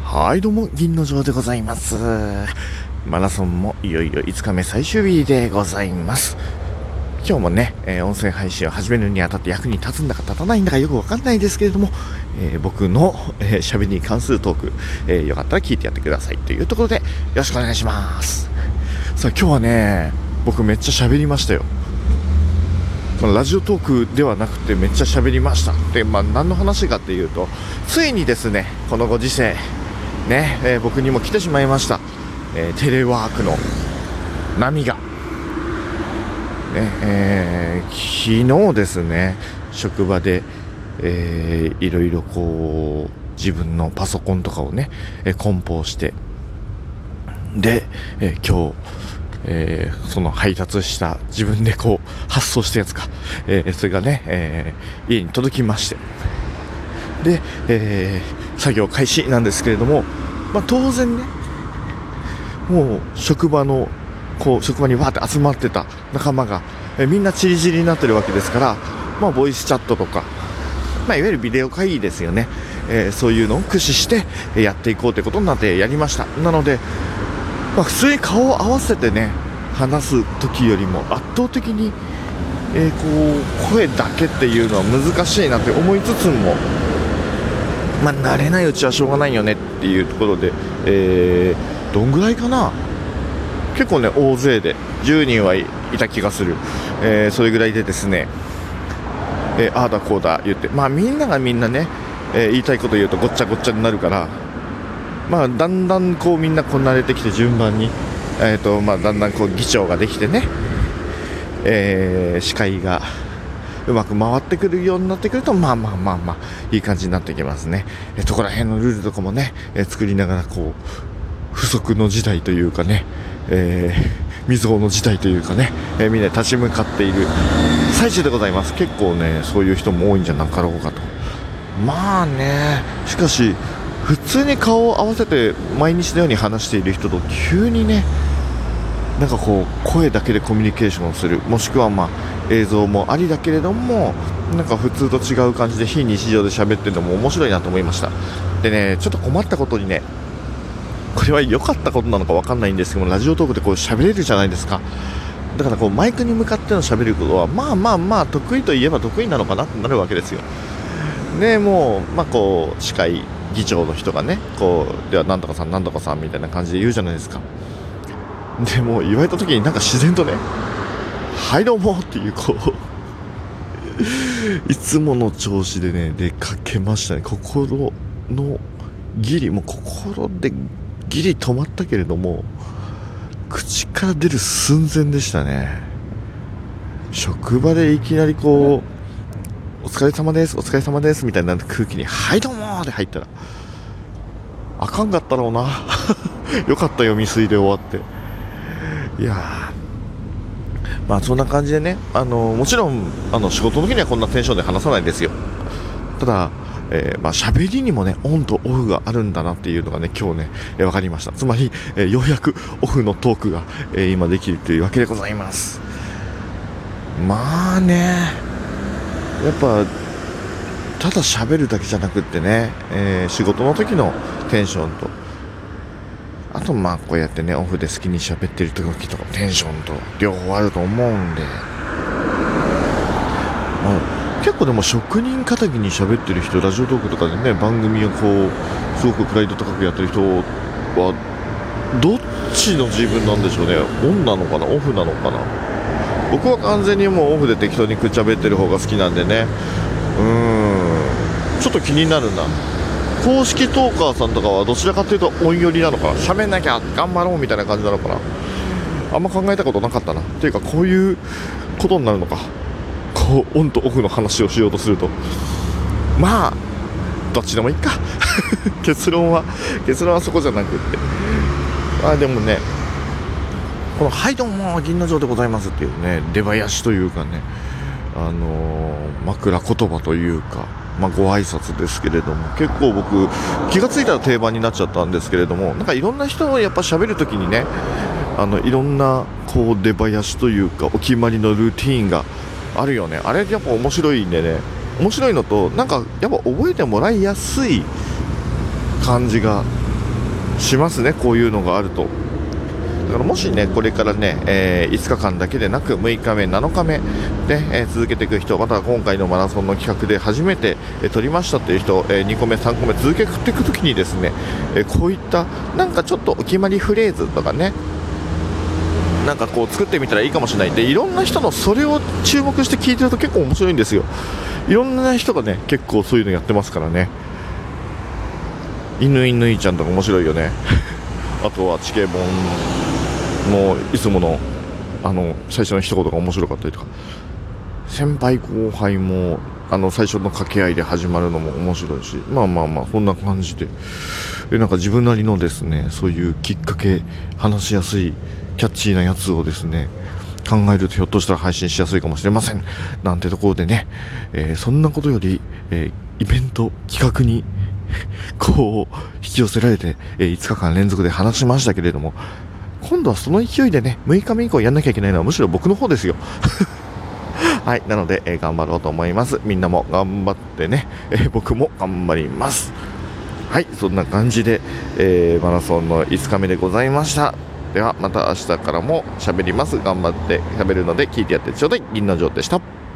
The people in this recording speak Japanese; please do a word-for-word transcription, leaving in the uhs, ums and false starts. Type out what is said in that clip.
はいどうも銀の城でございます。マラソンもいよいよいつかめ最終日でございます。今日もね、えー、音声配信を始めるにあたって役に立つんだか立たないんだかよくわかんないですけれども、えー、僕のえー、喋りに関するトーク、えー、よかったら聞いてやってくださいというところでよろしくお願いします。さあ今日はね、僕めっちゃ喋りましたよ。まあ、ラジオトークではなくてめっちゃ喋りました。で、まあ何の話かっていうと、ついにですね、このご時世ね、えー、僕にも来てしまいました、えー、テレワークの波が、ねえー、昨日ですね、職場で、えー、いろいろこう自分のパソコンとかをね、えー、梱包してで、えー、今日、えー、その配達した自分でこう発送したやつか、えー、それがね、えー、家に届きまして、で、えー、作業開始なんですけれども、まあ、当然ね、もう職場のこう職場にわーって集まってた仲間が、えー、みんなチリチリになってるわけですから、まあ、ボイスチャットとか、まあ、いわゆるビデオ会議ですよね、えー、そういうのを駆使してやっていこうということになってやりました。なので、まあ、普通に顔を合わせてね話す時よりも圧倒的に、えー、こう声だけっていうのは難しいなって思いつつも、まあ、慣れないうちはしょうがないよねっていうところで、えー、どんぐらいかな、結構ね大勢でじゅうにんはいた気がする、えー、それぐらいでですね、えー、ああだこうだ言って、まあみんながみんなね、えー、言いたいこと言うとごっちゃごっちゃになるから、まあだんだんこうみんなこなれてきて順番に、えーとまあ、だんだんこう議長ができてね、えー、司会がうまく回ってくるようになってくると、まあまあまあまあいい感じになってきますね。えそこら辺のルールとかもね、え作りながらこう不測の事態というかね、えー、未曾有の事態というかね、えー、みんな立ち向かっている最中でございます。結構ねそういう人も多いんじゃなかろうかと。まあね、しかし普通に顔を合わせて毎日のように話している人と急にね、なんかこう声だけでコミュニケーションをする、もしくはまあ映像もありだけれども、なんか普通と違う感じで非日常で喋ってるのも面白いなと思いました。でね、ちょっと困ったことにね、これは良かったことなのか分かんないんですけども、ラジオトークでこう喋れるじゃないですか。だからこうマイクに向かっての喋ることはまあまあまあ得意といえば得意なのかなってなるわけですよ。でもうまあこう司会議長の人がね、こうではなんとかさんなんとかさんみたいな感じで言うじゃないですか。でもう言われた時になんか自然とね、はいどうもっていうこういつもの調子でね出かけましたね。心のギリ、もう心でギリ止まったけれども口から出る寸前でしたね。職場でいきなりこうお疲れ様ですお疲れ様ですみたいな空気にはいどうもで入ったらあかんかったろうなよかったよ、未遂で終わって。いやー、まあそんな感じでね、あのもちろんあの仕事の時にはこんなテンションで話さないですよ。ただ、えー、まあ喋りにもねオンとオフがあるんだなっていうのがね今日ね、えー、分かりました。つまり、えー、ようやくオフのトークが、えー、今できるというわけでございます。まあね、やっぱただ喋るだけじゃなくってね、えー、仕事の時のテンションと、あとまあこうやってねオフで好きに喋ってる時とかテンションと両方あると思うんで、まあ、結構でも職人かたぎに喋ってる人、ラジオトークとかでね番組をこうすごくプライド高くやってる人はどっちの自分なんでしょうね。オンなのかなオフなのかな。僕は完全にもうオフで適当にくっちゃべってる方が好きなんでね、うーんちょっと気になるな。公式トーカーさんとかはどちらかというとオン寄りなのかな、喋んなきゃ頑張ろうみたいな感じなのかな。あんま考えたことなかったな。っていうかこういうことになるのか、こうオンとオフの話をしようとすると、まあどっちでもいいか結論は結論はそこじゃなくって、あでもね、このはいどうも銀の城でございますっていうね出囃子というかね、あのー、枕言葉というか、まあ、ご挨拶ですけれども、結構僕気がついたら定番になっちゃったんですけれども、なんかいろんな人がやっぱ喋るときにね、あのいろんなこう出囃子というかお決まりのルーティーンがあるよね。あれやっぱ面白いんでね、面白いのとなんかやっぱ覚えてもらいやすい感じがしますね、こういうのがあると。だからもしね、これからね、えー、いつかかんだけでなくむいかめ、なのかめで、えー、続けていく人、また今回のマラソンの企画で初めて、えー、取りましたという人、えー、にこめ、さんこめ続けていくときにですね、えー、こういったなんかちょっとお決まりフレーズとかね、なんかこう作ってみたらいいかもしれないで、いろんな人のそれを注目して聞いてると結構面白いんですよ。いろんな人がね結構そういうのやってますからね。犬犬いちゃんとか面白いよねあとはチケボンのいつものあの最初の一言が面白かったりとか、先輩後輩もあの最初の掛け合いで始まるのも面白いし、まあまあまあこんな感じで、えなんか自分なりのですね、そういうきっかけ、話しやすいキャッチーなやつをですね考えると、ひょっとしたら配信しやすいかもしれませんなんてところでね、えー、そんなことより、えー、イベント企画にこう引き寄せられて、えー、いつかかん連続で話しましたけれども、今度はその勢いでねむいかめ以降やんなきゃいけないのはむしろ僕の方ですよはい、なので、えー、頑張ろうと思います。みんなも頑張ってね、えー、僕も頑張ります。はい、そんな感じで、えー、マラソンのいつかめでございました。ではまた明日からも喋ります。頑張って喋るので聞いてやってちょうだい。銀の城でした。